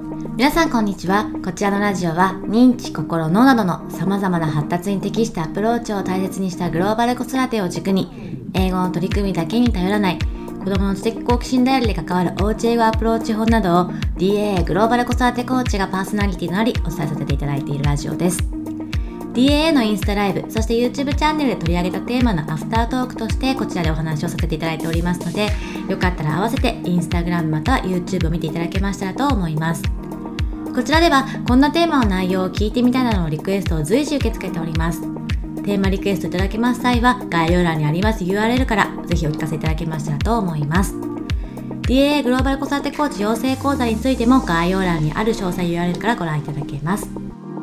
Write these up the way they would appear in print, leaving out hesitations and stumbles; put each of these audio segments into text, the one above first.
皆さんこんにちは。こちらのラジオは認知、心、脳などの様々な発達に適したアプローチを大切にしたグローバル子育てを軸に、英語の取り組みだけに頼らない子どもの知的好奇心ダイヤルで関わるおうち英語アプローチ法などを DAA グローバル子育てコーチがパーソナリティとなりお伝えさせていただいているラジオです。 DAA のインスタライブ、そして YouTube チャンネルで取り上げたテーマのアフタートークとしてこちらでお話をさせていただいておりますので、よかったら合わせて Instagram または YouTube を見ていただけましたらと思います。こちらではこんなテーマの内容を聞いてみたいなどのリクエストを随時受け付けております。テーマリクエストいただけます際は概要欄にあります URL からぜひお聞かせいただけましたらと思います。 DAA グローバル子育てコーチ養成講座についても概要欄にある詳細 URL からご覧いただけます。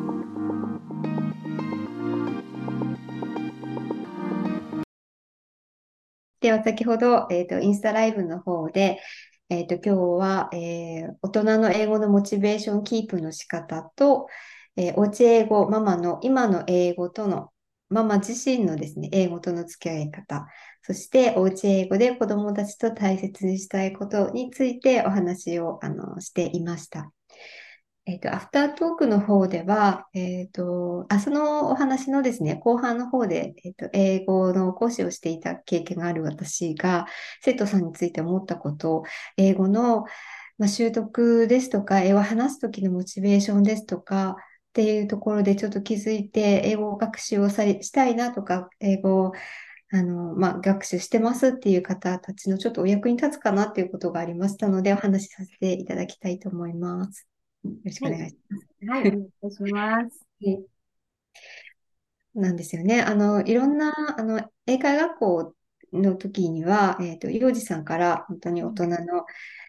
では、先ほど、インスタライブの方で、今日は、大人の英語のモチベーションキープの仕方と、おうち英語、ママの今の英語との、ママ自身のですね、英語との付き合い方、そしておうち英語で子供たちと大切にしたいことについてお話をしていました。アフタートークの方では、そのお話のですね、後半の方で、英語の講師をしていた経験がある私が、生徒さんについて思ったこと、英語の、習得ですとか、英語を話すときのモチベーションですとか、っていうところでちょっと気づいて、英語学習をしたいなとか、英語を学習してますっていう方たちのちょっとお役に立つかなっていうことがありましたので、お話しさせていただきたいと思います。よろしくはい。 お願いします。 はい。お願いいたします。 はいなんですよね。いろんな、英会学校の時には、幼児さんから本当に大人の、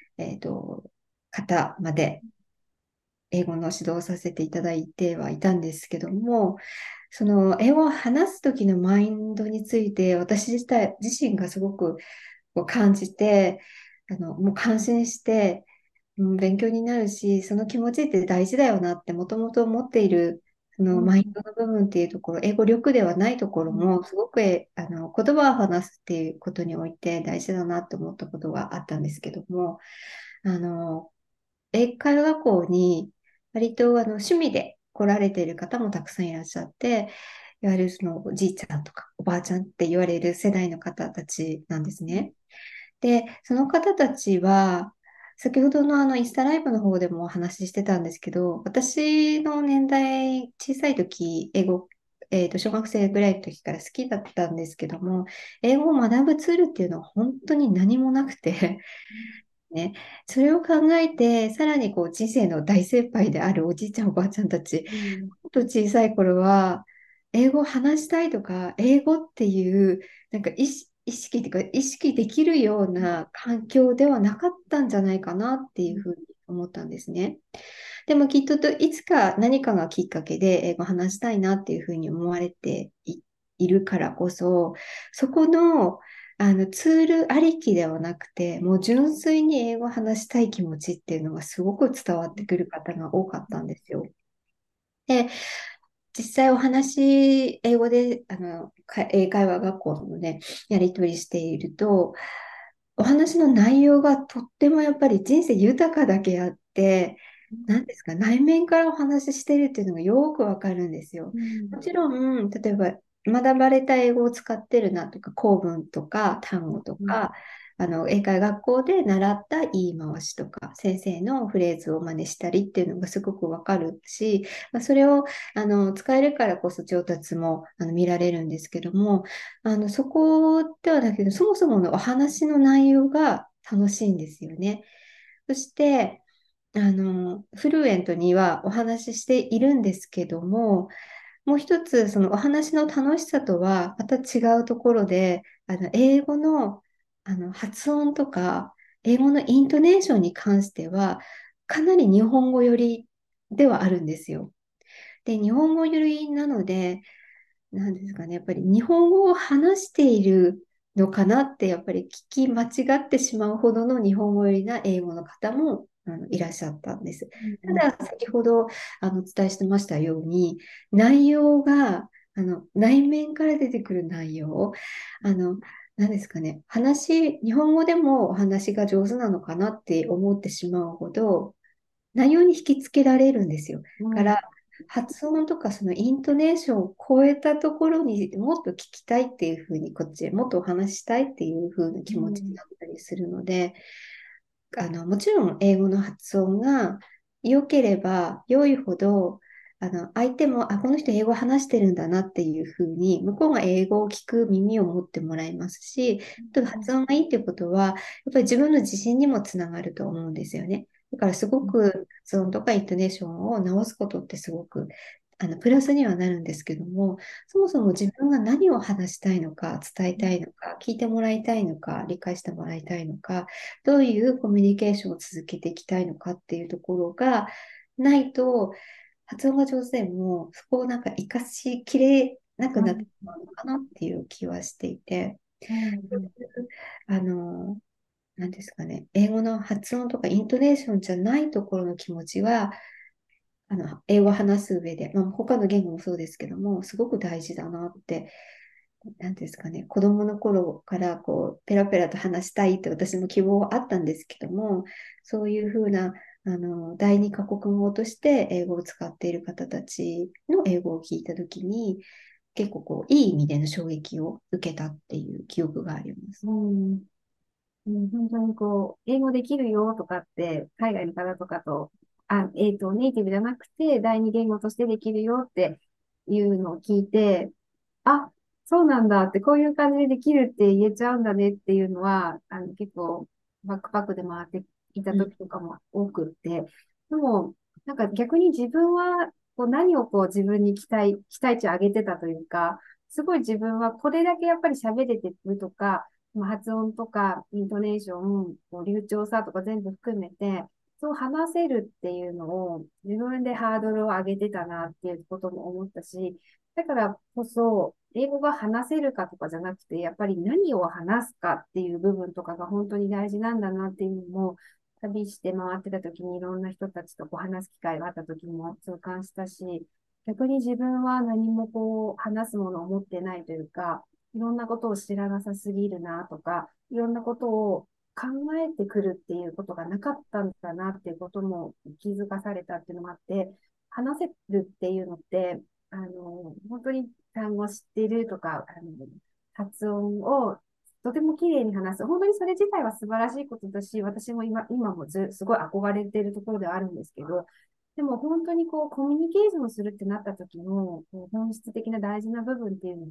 方まで英語の指導をさせていただいてはいたんですけども、その英語を話す時のマインドについて、自身がすごくこう感じて、もう感心して、勉強になるし、その気持ちって大事だよなってもともと思っている、そのマインドの部分っていうところ、英語力ではないところも、すごく言葉を話すっていうことにおいて大事だなって思ったことがあったんですけども、あの、英会話学校に割と趣味で来られている方もたくさんいらっしゃって、いわゆるそのおじいちゃんとかおばあちゃんって言われる世代の方たちなんですね。で、その方たちは、先ほどのインスタライブの方でもお話ししてたんですけど、私の年代、小さい時、英語、小学生ぐらいの時から好きだったんですけども、英語を学ぶツールっていうのは本当に何もなくて、ね、それを考えて、さらにこう人生の大先輩であるおじいちゃんおばあちゃんたち、 うん。 もっと小さい頃は、英語を話したいとか、英語っていう、なんか意識っていうか、意識できるような環境ではなかったんじゃないかなっていうふうに思ったんですね。でもきっといつか何かがきっかけで英語を話したいなっていうふうに思われているからこそ、そこの、ツールありきではなくて、もう純粋に英語を話したい気持ちっていうのがすごく伝わってくる方が多かったんですよ。で、実際お話、英語で、英会話学校のね、やり取りしていると、お話の内容がとってもやっぱり人生豊かだけあって、何ですか、内面からお話ししているっていうのがよくわかるんですよ。 うん。 もちろん、例えば学ばれた英語を使ってるなとか、構文とか単語とうん。 か、英会学校で習った言い回しとか、先生のフレーズを真似したりっていうのがすごくわかるし、それを使えるからこそ上達も見られるんですけども、そこではだけど、そもそものお話の内容が楽しいんですよね。そして、フルエントにはお話ししているんですけども、もう一つ、そのお話の楽しさとはまた違うところで、英語の、発音とか、英語のイントネーションに関しては、かなり日本語寄りではあるんですよ。で、日本語寄りなので、なんですかね、やっぱり日本語を話しているのかなって、やっぱり聞き間違ってしまうほどの日本語寄りな英語の方もいらっしゃったんです。 うん。 ただ、先ほどお伝えしてましたように、内容が内面から出てくる内容、あの、なんですかね、日本語でもお話が上手なのかなって思ってしまうほど、 内容に引きつけられるんですよ。 うん。 だから、発音とかそのイントネーションを超えたところにもっと聞きたいっていうふうに、こっちへもっとお話ししたいっていうふうな気持ちにうん。 なったりするので、もちろん英語の発音が良ければ良いほど、相手も、この人英語話してるんだなっていうふうに、向こうが英語を聞く耳を持ってもらいますし、あと発音がいいっていうことは、やっぱり自分の自信にもつながると思うんですよね。だからすごく発音とかイントネーションを直すことってすごくプラスにはなるんですけども、そもそも自分が何を話したいのか、伝えたいのか、聞いてもらいたいのか、理解してもらいたいのか、どういうコミュニケーションを続けていきたいのかっていうところがないと、発音が上手でも、そこをなんか活かしきれなくなってしまうのかなっていう気はしていて、 うん。 あの、なんですかね、英語の発音とかイントネーションじゃないところの気持ちは、英語を話す上で、他の言語もそうですけども、すごく大事だなって、なんですかね、子供の頃からこう、ペラペラと話したいって私も希望はあったんですけども、そういうふうな、第二カ国語として英語を使っている方たちの英語を聞いたときに、結構こう、いい意味での衝撃を受けたっていう記憶があります。 うん。うん。本当に英語できるよとかって、海外の方とかと、ネイティブじゃなくて、第二言語としてできるよっていうのを聞いて、あ、そうなんだって、こういう感じでできるって言えちゃうんだねっていうのは、結構、バックパックで回っていたうん、 時とかも多くって、でも、なんか逆に自分は、何を自分に期待値を上げてたというか、すごい自分はこれだけやっぱり喋れてるとか、発音とか、イントネーション、流暢さとか全部含めて、そう話せるっていうのを自分でハードルを上げてたなっていうことも思ったし、だからこそ、英語が話せるかとかじゃなくて、やっぱり何を話すかっていう部分とかが本当に大事なんだなっていうのも、旅して回ってた時にいろんな人たちと話す機会があった時も痛感したし、逆に自分は何も話すものを持ってないというか、いろんなことを知らなさすぎるなとか、いろんなことを考えてくるっていうことがなかったんだなっていうことも気づかされたっていうのもあって、話せるっていうのって、本当に単語知ってるとか、発音をとても綺麗に話す。本当にそれ自体は素晴らしいことだし、私も今もすごい憧れているところではあるんですけど、でも本当にコミュニケーションするってなった時の、本質的な大事な部分っていうのって、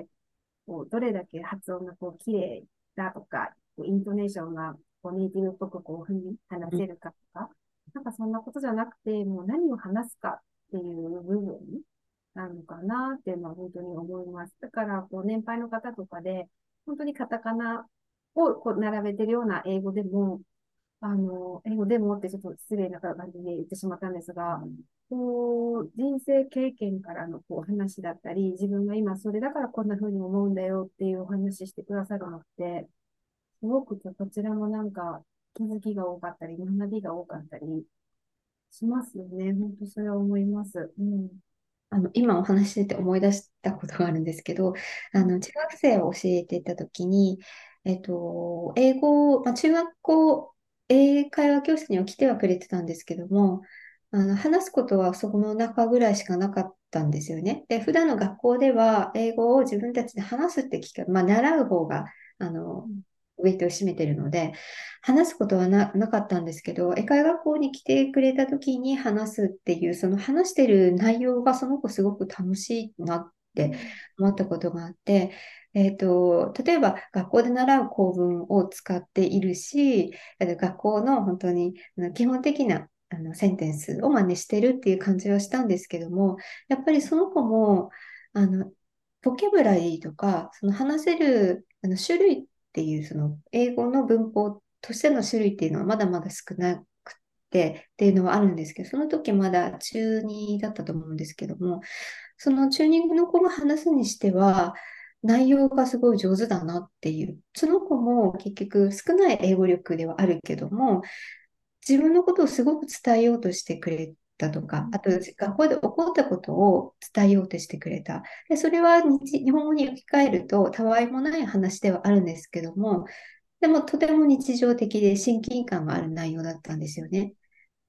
どれだけ発音が綺麗だとか、イントネーションがネイティブっぽくふうに話うん、 せるかとか、なんかそんなことじゃなくて、もう何を話すかっていう部分なのかなっていうのは本当に思います。だから、年配の方とかで、本当にカタカナを並べてるような英語でも、英語でもってちょっと失礼な感じで言ってしまったんですが、人生経験からの話だったり、自分が今それだからこんな風に思うんだよっていうお話してくださるのって、すごくこちらもなんか気づきが多かったり、学びが多かったりしますよね。本当それは思います。うん。 今お話ししてて思い出したことがあるんですけど、中学生を教えていたときに、英語、中学校英会話教室には来てはくれてたんですけども、話すことはそこの中ぐらいしかなかったんですよね。で、普段の学校では英語を自分たちで話すって機会、習う方が、あの、 うん。 ウェイトを占めてるので、話すことはなかったんですけど、英会話学校に来てくれた時に話すっていう、その話してる内容がその子すごく楽しいなってうん。 思ったことがあって、例えば学校で習う構文を使っているし、学校の本当に基本的なセンテンスを真似してるっていう感じはしたんですけども、やっぱりその子も、あの、ボキャブラリーとか、その話せる種類っていう、その英語の文法としての種類っていうのはまだまだ少なくてっていうのはあるんですけど、その時まだ中2だったと思うんですけども、そのチューニングの子が話すにしては、内容がすごい上手だなっていう。その子も結局少ない英語力ではあるけども、自分のことをすごく伝えようとしてくれたとか、あと学校で起こったことを伝えようとしてくれた。で、それは日本語に置き換えるとたわいもない話ではあるんですけども、でもとても日常的で親近感がある内容だったんですよね。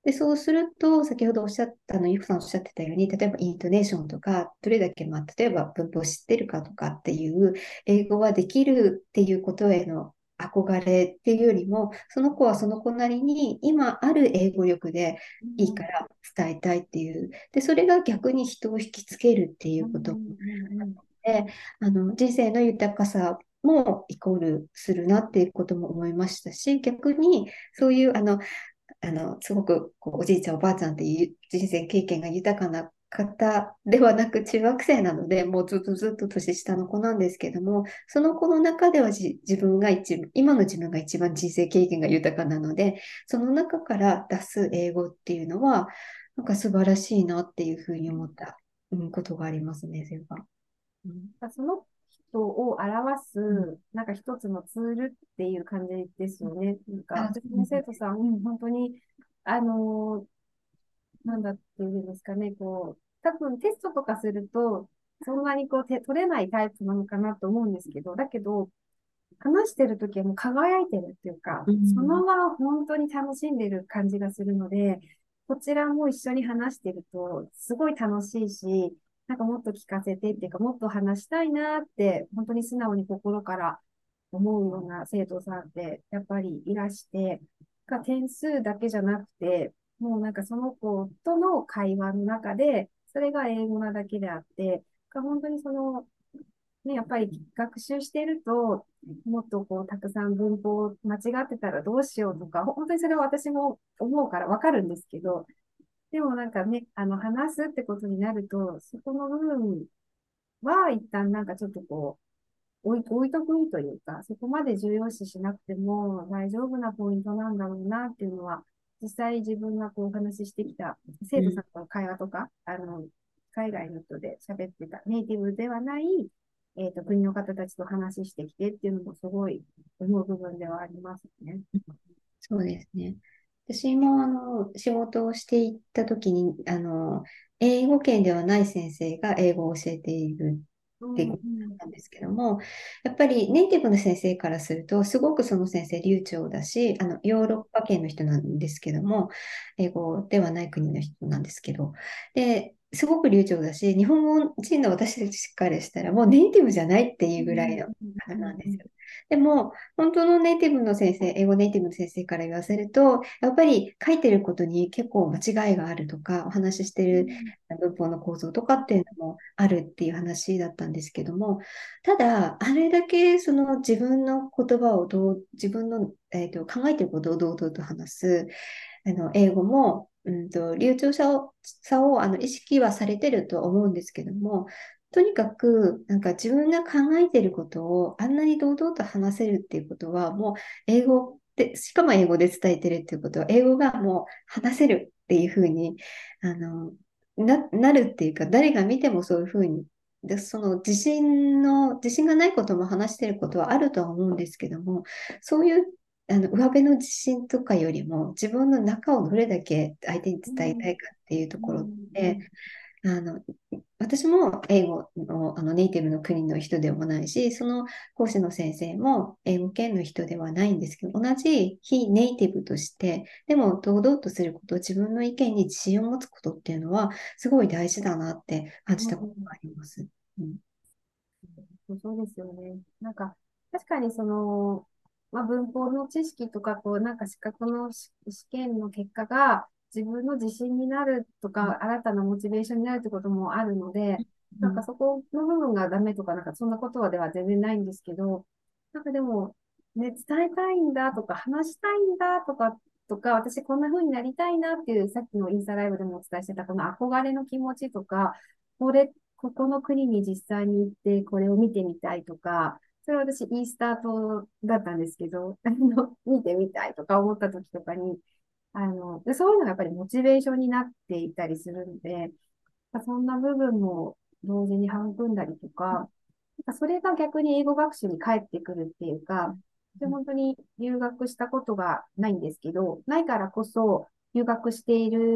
で、そうすると、先ほどおっしゃった、ゆうこさんおっしゃってたように、例えばイントネーションとか、どれだけ、例えば文法を知ってるかとかっていう、英語はできるっていうことへの憧れっていうよりも、その子はその子なりに、今ある英語力でいいから伝えたいっていう。で、それが逆に人を引きつけるっていうことで、人生の豊かさもイコールするなっていうことも思いましたし、逆にそういうすごくこうおじいちゃんおばあちゃんっていう人生経験が豊かな方ではなく中学生なので、もうずっと年下の子なんですけども、その子の中では自分が今の自分が一番人生経験が豊かなので、その中から出す英語っていうのは、なんか素晴らしいなっていうふうに思った、ことがありますね、それは。うん。 その人を表うん。 す、なんか一つのツールっていう感じですよね。なんか、 あ、 私の生徒さん、本当に、あのなんだっていうんですかね、こう、多分テストとかすると、そんなにこう取れないタイプなのかなと思うんですけど、だけど、話してるときはもう輝いてるっていうか、 うそのん。 場を本当に楽しんでる感じがするので、こちらも一緒に話してると、すごい楽しいし、なんかもっと聞かせてっていうか、もっと話したいなって、本当に素直に心から思うような生徒さんって、やっぱりいらして、点数だけじゃなくて、もうなんかその子との会話の中で、それが英語なだけであって、本当にそのね、やっぱり学習してると、もっとこう、たくさん文法間違ってたらどうしようとか、本当にそれは私も思うからわかるんですけど、でもなんかね、話すってことになると、そこの部分は一旦なんかちょっとこう、置いとくというか、そこまで重要視しなくても大丈夫なポイントなんだろうなっていうのは、実際自分がこうお話ししてきた生徒さんとの会話とか、海外の人で喋ってたネイティブではない、国の方たちと話してきてっていうのもすごい思う部分ではありますね。 そうですね。私も仕事をしていったときに、英語圏ではない先生が英語を教えているっていううん、 ことうん、 なんですけども、やっぱりネイティブの先生からすると、すごくその先生流暢だし、ヨーロッパ圏の人なんですけども、英語ではない国の人なんですけど、で、すごく流暢だし、日本人の私たちからしたら、もうネイティブじゃないっていうぐらいの方うん、うん、 なんですよ。でも、本当のネイティブの先生、英語ネイティブの先生から言わせると、やっぱり書いてることに結構間違いがあるとか、お話ししてるうん、 文法の構造とかっていうのもあるっていう話だったんですけども、ただ、あれだけその自分の言葉を自分の、考えてることを堂々と話す、英語も、流暢さを意識はされてると思うんですけども、とにかく、なんか自分が考えてることをあんなに堂々と話せるっていうことは、もう英語で、しかも英語で伝えてるっていうことは、英語がもう話せるっていうふうに、あの、なるっていうか、誰が見てもそういうふうに、で、その自信がないことも話してることはあるとは思うんですけども、そういう上辺の自信とかよりも、自分の中をどれだけ相手にうん、 伝えたいかっていうところっうん、うて、 ん、 あの、私も英語の、ネイティブの国の人でもないし、その講師の先生も英語圏の人ではないんですけど、同じ非ネイティブとして、でも堂々とすること、自分の意見に自信を持つことっていうのは、すごい大事だなって感じたことがあります。うん。 そうですよね。なんか、確かにその、文法の知識とか、こう、なんか資格の試験の結果が自分の自信になるとか、新たなモチベーションになるってこともあるので、 うん。 なんかそこの部分がダメとか、なんかそんなことでは全然ないんですけど、なんかでも、ね、伝えたいんだとか、話したいんだとか、私こんな風になりたいなっていう、さっきのインスタライブでもお伝えしてた、この憧れの気持ちとか、ここの国に実際に行ってこれを見てみたいとか、それは私いいスタートだったんですけど、見てみたいとか思った時とかに、そういうのがやっぱりモチベーションになっていたりするので、そんな部分も同時に育んだりとか、それが逆に英語学習に返ってくるっていうか、で本当に留学したことがないんですけど、ないからこそ留学している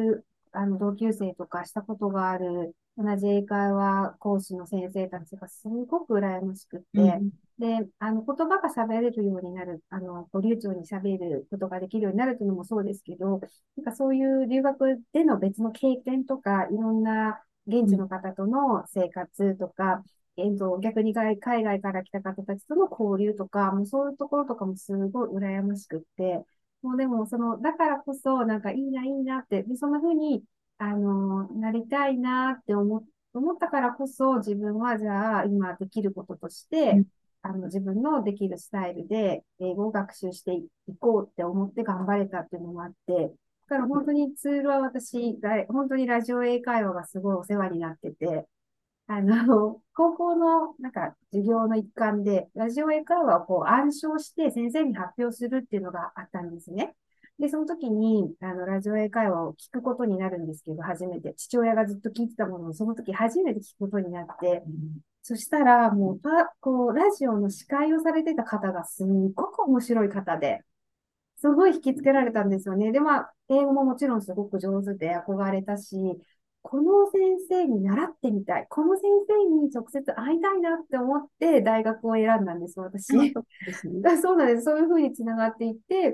同級生とかしたことがある、同じ英会話講師の先生たちがすごく羨ましくって、 うん。 で、言葉が喋れるようになる、こう流暢に喋ることができるようになるというのもそうですけど、なんかそういう留学での別の経験とか、いろんな現うん。 地の方との生活とか、逆に海外から来た方たちとの交流とか、もうそういうところとかもすごい羨ましくって、もうでも、だからこそ、なんかいいな、いいなって、で、そんな風に、なりたいなって思ったからこそ、自分はじゃあ、今できることとして、 うん。 自分のできるスタイルで、英語を学習していこうって思って頑張れたっていうのもあって、だから本当にツールは私、本当にラジオ英会話がすごいお世話になってて、高校のなんか授業の一環で、ラジオ英会話をこう暗唱して先生に発表するっていうのがあったんですね。で、その時に、ラジオ英会話を聞くことになるんですけど、初めて。父親がずっと聞いてたものを、その時初めて聞くことになって、そしたら、もう、こう、ラジオの司会をされてた方がすごく面白い方で、すごい引きつけられたんですよね。で、まあ、英語ももちろんすごく上手で憧れたし、この先生に習ってみたい。この先生に直接会いたいなって思って大学を選んだんです、 あ、 私。 そうですね。 そうなんです。そういうふうにつながっていって、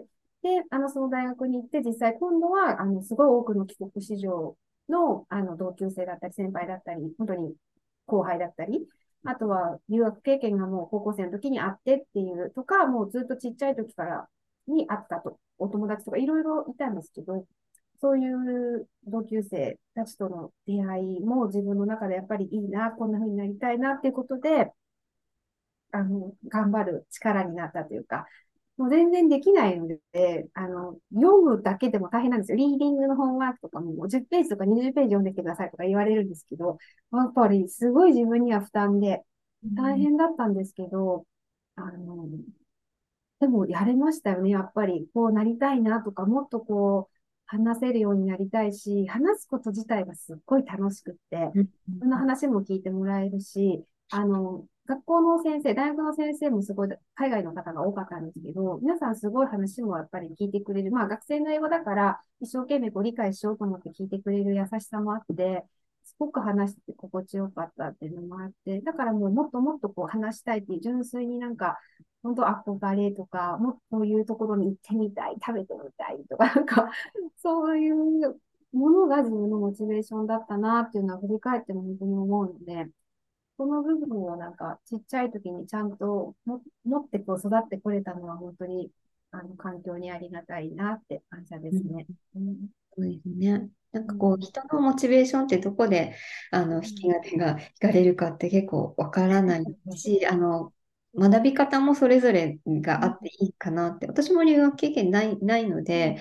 で、その大学に行って、実際今度は、すごい多くの帰国子女の、同級生だったり、先輩だったり、本当に後輩だったり、あとは留学経験がもう高校生の時にあってっていうとか、もうずっとちっちゃい時からにあったと、お友達とかいろいろいたんですけど、そういう同級生たちとの出会いも自分の中でやっぱりいいな、こんな風になりたいなっていうことで、頑張る力になったというか、もう全然できないので、読むだけでも大変なんですよ。リーディングのホームワークとかも10ページとか20ページ読んできてくださいとか言われるんですけど、やっぱりすごい自分には負担で大うん。 変だったんですけど、あの、でもやれましたよね。やっぱりこうなりたいなとか、もっとこう話せるようになりたいし、話すこと自体がすっごい楽しくって、 うん。 その話も聞いてもらえるし、学校の先生、大学の先生もすごい海外の方が多かったんですけど、皆さんすごい話もやっぱり聞いてくれる。まあ学生の英語だから一生懸命ご理解しようと思って聞いてくれる優しさもあって、すごく話してて心地よかったっていうのもあって、だからもうもっともっとこう話したいっていう純粋になんか本当憧れとか、もっとこういうところに行ってみたい、食べてみたいとか、なんか、そういうものが自分のモチベーションだったなっていうのは振り返っても本当に思うので、この部分をなんかちっちゃい時にちゃんと持ってこう育ってこれたのは本当に環境にありがたいなって感謝でうん。 すね。うん。 そうですね。なんかこう、 うん。 人のモチベーションってどこで、引きうん。 金が引かれるかって結構わからないし、学び方もそれぞれがあっていいかなって。私も留学経験ないので、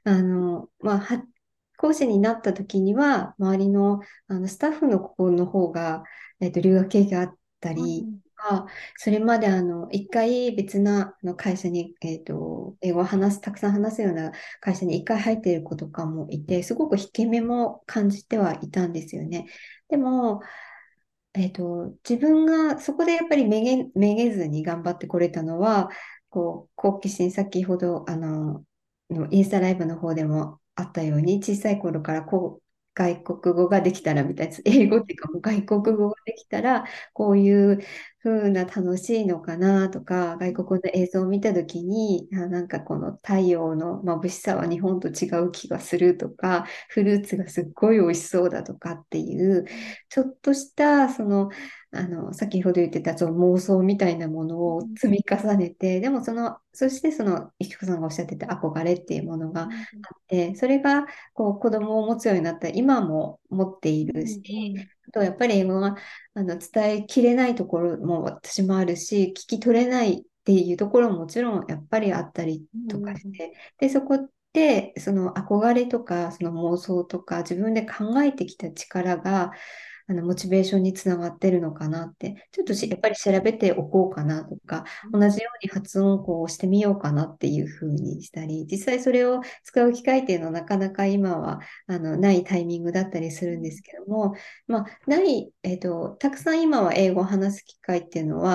講師になった時には、周りの、スタッフの子の方が、留学経験あったり、 うん。 それまで一回別な会社に、英語をたくさん話すような会社に一回入っている子とかもいて、すごく引け目も感じてはいたんですよね。でも、自分がそこでやっぱりめげずに頑張ってこれたのは、こう、好奇心、先ほど、インスタライブの方でもあったように、小さい頃からこう、外国語ができたらみたいな、英語っていうかもう外国語ができたら、こういう風な楽しいのかなとか、外国の映像を見たときに、なんかこの太陽の眩しさは日本と違う気がするとか、フルーツがすっごい美味しそうだとかっていう、ちょっとした、先ほど言ってたその妄想みたいなものを積み重ねて、でもそしてゆきこさんがおっしゃってた憧れっていうものがあっうん。 て、それがこう子供を持つようになったら今も持っているし、 うん。うん。 あとやっぱり英語が伝えきれないところも私もあるし、聞き取れないっていうところももちろんやっぱりあったりとかうん。 して、で、そこってその憧れとかその妄想とか自分で考えてきた力がモチベーションにつながってるのかなって、ちょっとやっぱり調べておこうかなとか、同じように発音をこうしてみようかなっていうふうにしたり、実際それを使う機会っていうのはなかなか今はないタイミングだったりするんですけども、たくさん今は英語を話す機会っていうのは、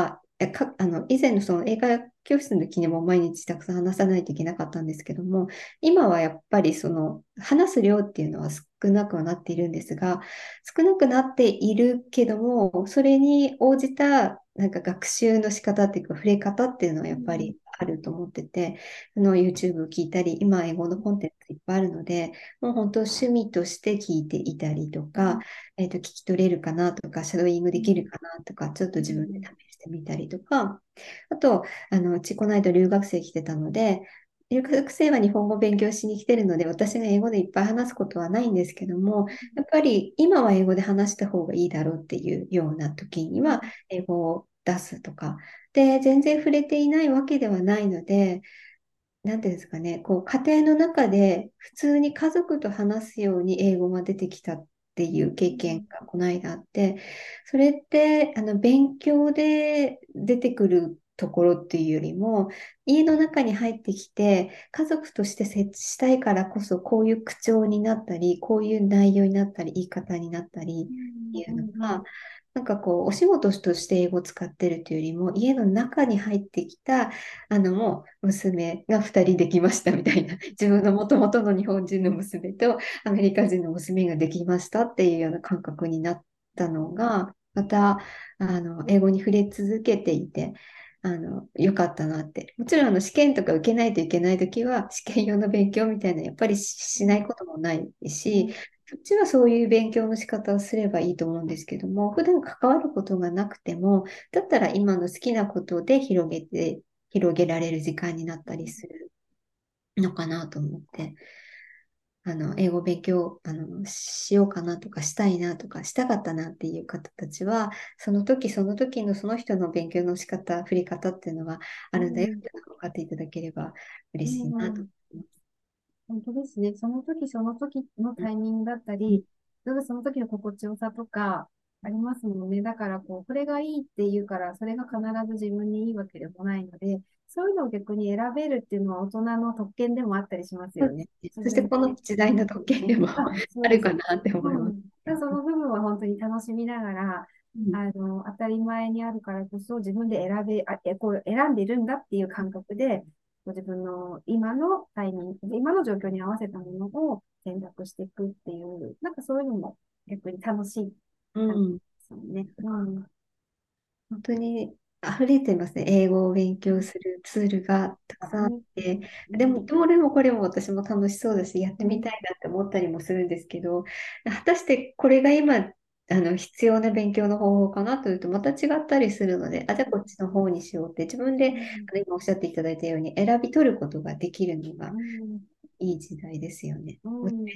以前のその英会話教室の時にも毎日たくさん話さないといけなかったんですけども、今はやっぱりその話す量っていうのは少なくはなっているんですが、少なくなっているけども、それに応じたなんか学習の仕方っていうか、触れ方っていうのはやっぱりあると思ってて、YouTube を聞いたり、今英語のコンテンツいっぱいあるので、もう本当趣味として聞いていたりとか、聞き取れるかなとか、シャドーイングできるかなとか、ちょっと自分で試してみたりとか、あと、うちこの間留学生来てたので、留学生は日本語を勉強しに来てるので、私が英語でいっぱい話すことはないんですけども、やっぱり今は英語で話した方がいいだろうっていうような時には、英語を出すとか。で、全然触れていないわけではないので、なんていうんですかね、こう家庭の中で普通に家族と話すように英語が出てきたっていう経験がこの間あって、それって勉強で出てくるところっていうよりも、家の中に入ってきて、家族として接したいからこそ、こういう口調になったり、こういう内容になったり、言い方になったりっていうのが、なんかこう、お仕事として英語を使ってるというよりも、家の中に入ってきた、もう娘が2人できましたみたいな、自分のもともとの日本人の娘とアメリカ人の娘ができましたっていうような感覚になったのが、また、英語に触れ続けていて、良かったなって。もちろん、試験とか受けないといけないときは、試験用の勉強みたいな、やっぱりしないこともないし、そっちはそういう勉強の仕方をすればいいと思うんですけども、普段関わることがなくても、だったら今の好きなことで広げられる時間になったりするのかなと思って、英語勉強、しようかなとか、したいなとか、したかったなっていう方たちは、その時その時のその人の勉強の仕方、振り方っていうのがあるんだよっていうのが分かっていただければ嬉しいなと思います。 本当ですね。その時その時のタイミングだったり、例えばその時の心地よさとかありますもんね。だからこう、これがいいって言うから、それが必ず自分にいいわけでもないので、そういうのを逆に選べるっていうのは大人の特権でもあったりしますよね。 そしてこの時代の特権でもあるそうです。 かなって思います。 うん。だからその部分は本当に楽しみながら、当たり前にあるからこそ自分でこう選んでいるんだっていう感覚で、ご自分の今のタイミング、今の状況に合わせたものを選択していくっていう、なんかそういうのも逆に楽しい感じでうん、 すよね。うん。 本当に溢れてますね。英語を勉強するツールがたくさんあっね。 て。 うん。 でも、どれもこれも私も楽しそうだし、やってうん。 みたいなって思ったりもするんですけど、果たしてこれが今、必要な勉強の方法かなというと、また違ったりするので、あ、じゃあこっちの方にしようって、自分で、 うん。 今おっしゃっていただいたように、選び取ることができるのがうん。 いい時代ですよね。 うん。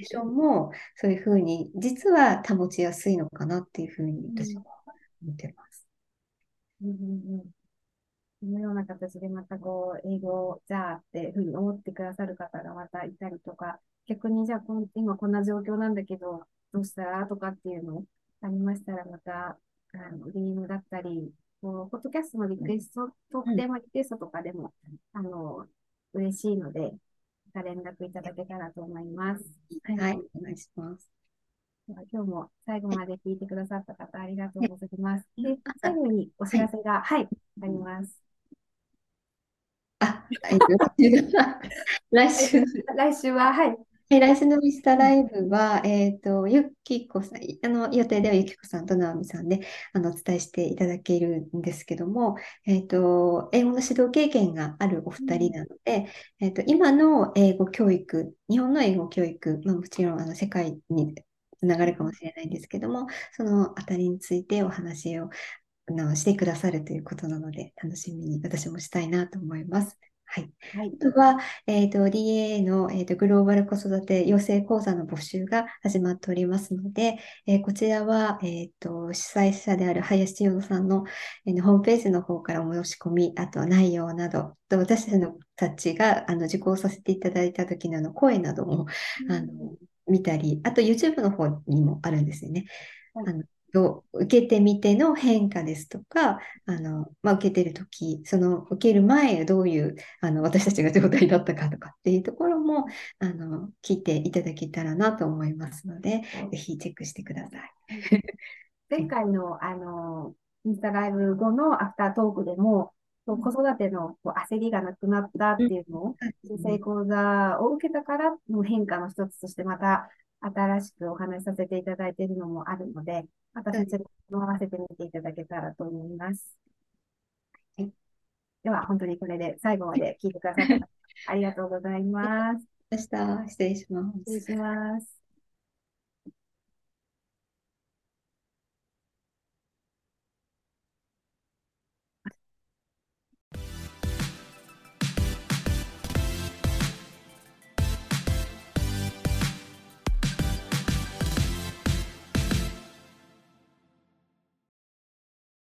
モチベーションも、そういうふうに、実は保ちやすいのかなっていうふうに、私は思ってます。 うん。うん。このような形でまたこう、英語をじゃあっていうふうに思ってくださる方がまたいたりとか、逆にじゃあ今こんな状況なんだけど、どうしたらとかっていうのありましたら、また、DM だったり、こうポッドキャストのリクエスト、トーうん。 クテーマリクエストとかでも、あの、嬉しいので、また連絡いただけたらと思います。はい。 はい、お願いします。 では今日も最後まで聞いてくださった方ありがとうね、 ございます。で、最あ、 後にお知はい。 らせが、はい、あります。 あ、来週の、 来週は、はい。 はい、来週のミスターうん。 ライブは、ゆきこさん、予定ではゆきこさんとなおみさんで、お伝えしていただけるんですけども、英語の指導経験があるおうん。 二人なので、今の英語教育、日本の英語教育、まあ、もちろん、世界につながるかもしれないんですけども、そのあたりについてお話を、してくださるということなので、楽しみに私もしたいなと思います。はい。 はい。 あとは、DA の、グローバル子育て養成講座の募集が始まっておりますので、こちらは、主催者である林千代さんの、ホームページの方からお申し込み、あと内容など、と私たちが受講させていただいた時の声などもうあのん。 見たり、あと YouTube の方にもあるんですよね。 はい。 あの受けてみての変化ですとか、まあ、受けてるとき、その受ける前、どういう私たちが状態だったかとかっていうところも聞いていただけたらなと思いますので、ぜひチェックしてください。 前はい。 回の、 インスタライブ後のアフタートークでも、子育ての焦りがなくなったっていうのを、女性講座を受けたからの変化の一つとして、また新しくお話しさせていただいているのもあるので、またそちらも合わせてみていただけたらと思います。はい。では、本当にこれで最後まで聞いてくださった方、ありがとうございます。 失礼します。 失礼します。